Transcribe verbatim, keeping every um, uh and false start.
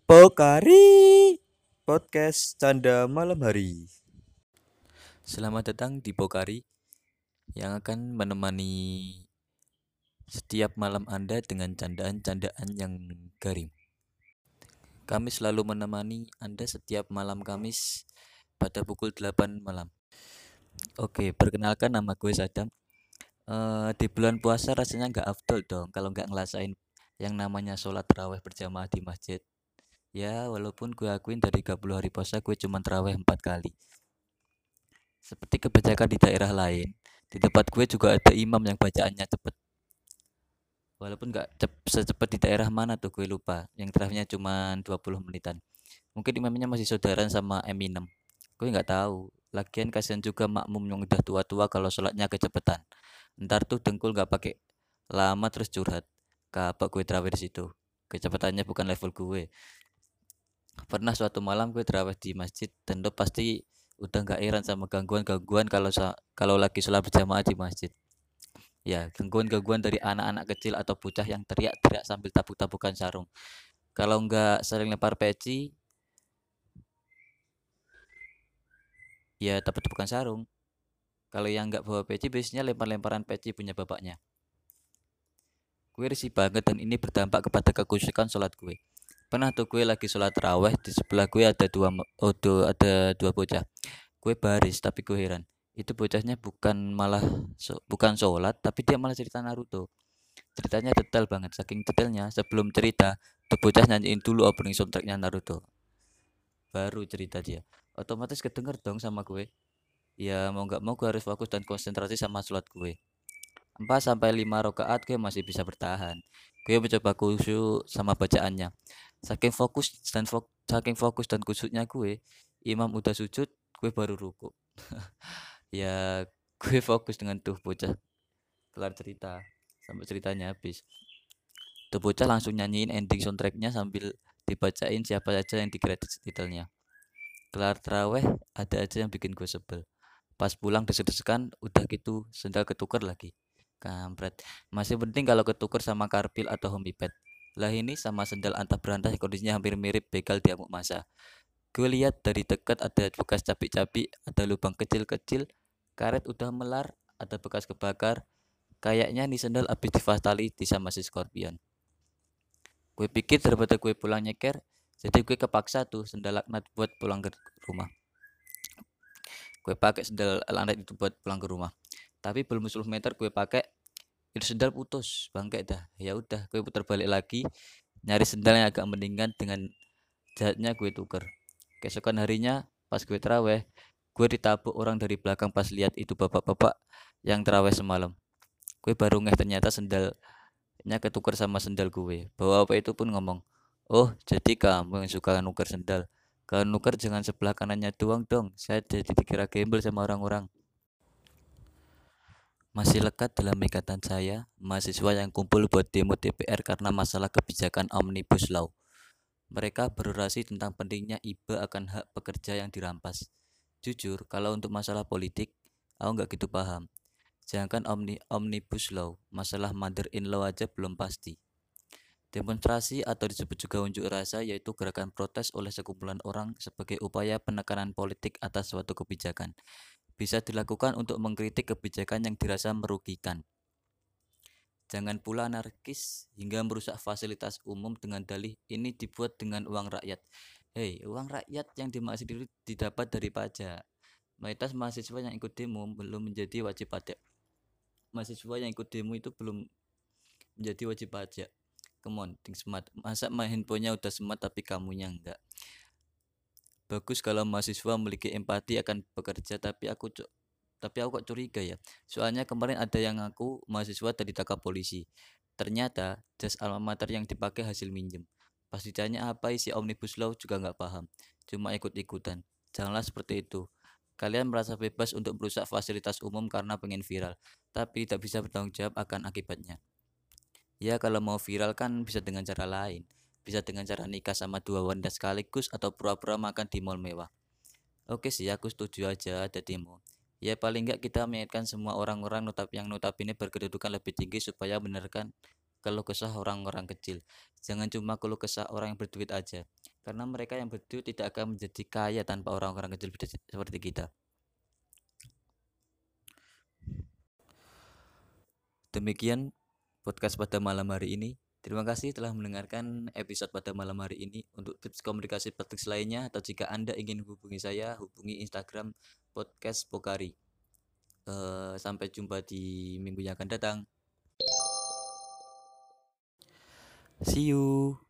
Pokari Podcast Canda Malam Hari. Selamat datang di Pokari yang akan menemani setiap malam Anda dengan candaan-candaan yang garing. Kami selalu menemani Anda setiap malam Kamis pada pukul delapan malam. Oke, perkenalkan nama gue Sadam. Eh, di bulan puasa rasanya nggak afdol dong kalau nggak ngelasain yang namanya sholat taraweh berjamaah di masjid. Ya, walaupun gue akuin dari tiga puluh hari puasa gue cuma taraweh empat kali. Seperti kebijakan di daerah lain, di tempat gue juga ada imam yang bacaannya cepet. Walaupun nggak cep- secepat di daerah mana tuh gue lupa. Yang terakhirnya cuma dua puluh menitan. Mungkin imamnya masih saudaraan sama Eminem. Gue nggak tahu. Lagian kasihan juga makmum yang udah tua-tua kalau sholatnya kecepatan. Ntar tuh dengkul nggak pakai lama terus curhat. Kapak gue terawih di situ. Kecepatannya bukan level gue. Pernah suatu malam gue terawih di masjid dan lo pasti udah nggak heran sama gangguan-gangguan kalau sa- kalau lagi sholat berjamaah di masjid. Ya, gangguan-gangguan dari anak-anak kecil atau bocah yang teriak-teriak sambil tabuk-tabukan sarung. Kalau nggak saling lempar peci, ya tabuk-tabukan sarung. Kalau yang nggak bawa peci, biasanya lempar-lemparan peci punya bapaknya. Gue risih banget dan ini berdampak kepada kekusyukan sholat gue. Pernah tuh gue lagi sholat raweh, di sebelah gue ada dua oh, dua- ada dua bocah. Gue baris tapi gue heran. Itu bocahnya bukan malah so- bukan sholat, tapi dia malah cerita Naruto. Ceritanya detail banget, saking detailnya sebelum cerita tuh bocah nyanyiin dulu opening soundtracknya Naruto. Baru cerita dia. Otomatis kedenger dong sama gue. Ya mau nggak mau gue harus fokus dan konsentrasi sama sholat gue. Empat sampai lima rakaat gue masih bisa bertahan. Gue mencoba khusyuk sama bacaannya. Saking fokus dan fok saking fokus dan khusyuknya gue, imam udah sujud, gue baru ruku. Ya gue fokus dengan tuh bocah kelar cerita sampai ceritanya habis. Tuh bocah langsung nyanyiin ending soundtracknya sambil dibacain siapa aja yang di credit titelnya. Kelar teraweh ada aja yang bikin gue sebel. Pas pulang desek-desekan udah gitu sendal ketuker lagi. Kampret. Masih penting kalau ketuker sama karpil atau homipad. Lah ini sama sendal antah berantah kondisinya hampir mirip begal di amuk masa. Gue lihat dari dekat ada bekas capik-capik, ada lubang kecil-kecil, karet udah melar, ada bekas kebakar. Kayaknya nih sendal habis di sama si Scorpion. Gue pikir daripada gue pulang nyeker, jadi gue kepaksa tuh sendal laknat buat pulang ke rumah. Gue pakai sendal laknat itu buat pulang ke rumah. Tapi belum sepuluh meter gue pakai, itu sendal putus, bangke dah. Ya udah, gue putar balik lagi, nyari sendal yang agak mendingan dengan jahatnya gue tuker. Keesokan harinya, pas gue teraweh, gue ditabuk orang dari belakang pas lihat itu bapak-bapak yang teraweh semalam. Gue baru ngeh ternyata sendalnya ketuker sama sendal gue. Bapak itu pun ngomong, oh jadi kamu yang suka nuker sendal. Kalau nuker jangan sebelah kanannya doang dong. Saya jadi dikira gembel sama orang-orang. Masih lekat dalam ikatan saya, mahasiswa yang kumpul buat demo D P R karena masalah kebijakan Omnibus Law. Mereka berorasi tentang pentingnya I B E akan hak pekerja yang dirampas. Jujur, kalau untuk masalah politik, aku nggak gitu paham. Jangankan omni, Omnibus Law, masalah mother in law aja belum pasti. Demonstrasi atau disebut juga unjuk rasa yaitu gerakan protes oleh sekumpulan orang sebagai upaya penekanan politik atas suatu kebijakan. Bisa dilakukan untuk mengkritik kebijakan yang dirasa merugikan. Jangan pula anarkis hingga merusak fasilitas umum dengan dalih ini dibuat dengan uang rakyat. Hei, uang rakyat yang dimaksud itu didapat dari pajak. Mayoritas mahasiswa yang ikut demo belum menjadi wajib pajak. Mahasiswa yang ikut demo itu belum menjadi wajib pajak. Come on, think smart. Masa main handphonenya udah smart tapi kamunya enggak. Bagus kalau mahasiswa memiliki empati akan pekerja, tapi aku tapi aku kok curiga ya. Soalnya kemarin ada yang ngaku mahasiswa tadi ditangkap polisi. Ternyata jas alma mater yang dipakai hasil minjem. Pas ditanya apa isi omnibus law juga nggak paham. Cuma ikut-ikutan. Janganlah seperti itu. Kalian merasa bebas untuk merusak fasilitas umum karena pengen viral, tapi tidak bisa bertanggung jawab akan akibatnya. Ya kalau mau viral kan bisa dengan cara lain. Bisa dengan cara nikah sama dua wanita sekaligus atau pura-pura makan di mall mewah. Oke sih, aku setuju aja ada demo. Ya paling nggak kita mengingatkan semua orang-orang notap yang notabene berkedudukan lebih tinggi supaya benarkan kalau kesah orang-orang kecil. Jangan cuma kalau kesah orang yang berduit aja. Karena mereka yang berduit tidak akan menjadi kaya tanpa orang-orang kecil seperti kita. Demikian podcast pada malam hari ini. Terima kasih telah mendengarkan episode pada malam hari ini. Untuk tips komunikasi praktis lainnya atau jika Anda ingin hubungi saya, hubungi Instagram podcast Pokari. Uh, sampai jumpa di minggu yang akan datang. See you.